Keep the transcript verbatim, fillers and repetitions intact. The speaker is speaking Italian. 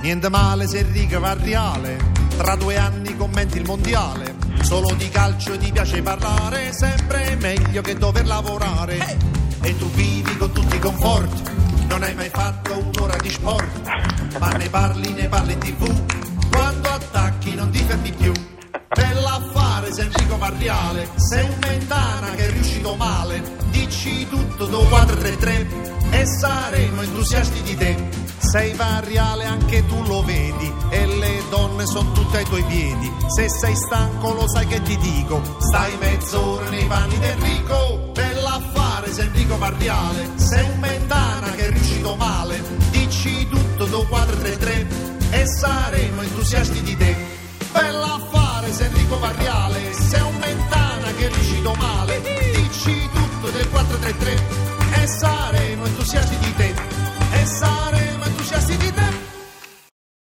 Niente male se Enrico va al Reale, tra due anni commenti il mondiale. Solo di calcio ti piace parlare, sempre è meglio che dover lavorare. Hey. E tu vivi con tutti i conforti, non hai mai fatto un'ora di sport, ma ne parli, ne parli in tv, quando attacchi non ti fermi più. Bell'affare se Enrico va al Reale, sei un Mentana che è riuscito male, dici tutto do quattro tre tre e saremo entusiasti di te. Sei va al Reale anche tu lo vedi e le donne sono tutte ai tuoi piedi. Se sei stanco lo sai che ti dico, stai mezz'ora nei panni di Enrico. Bell'affare se Enrico va al Reale, sei un Mentana che è riuscito male, dici tutto do quattro tre tre e saremo entusiasti di te. Bell'affare se Enrico va al Reale, sei un Mentana che è riuscito male, dici tutto del quattro tre tre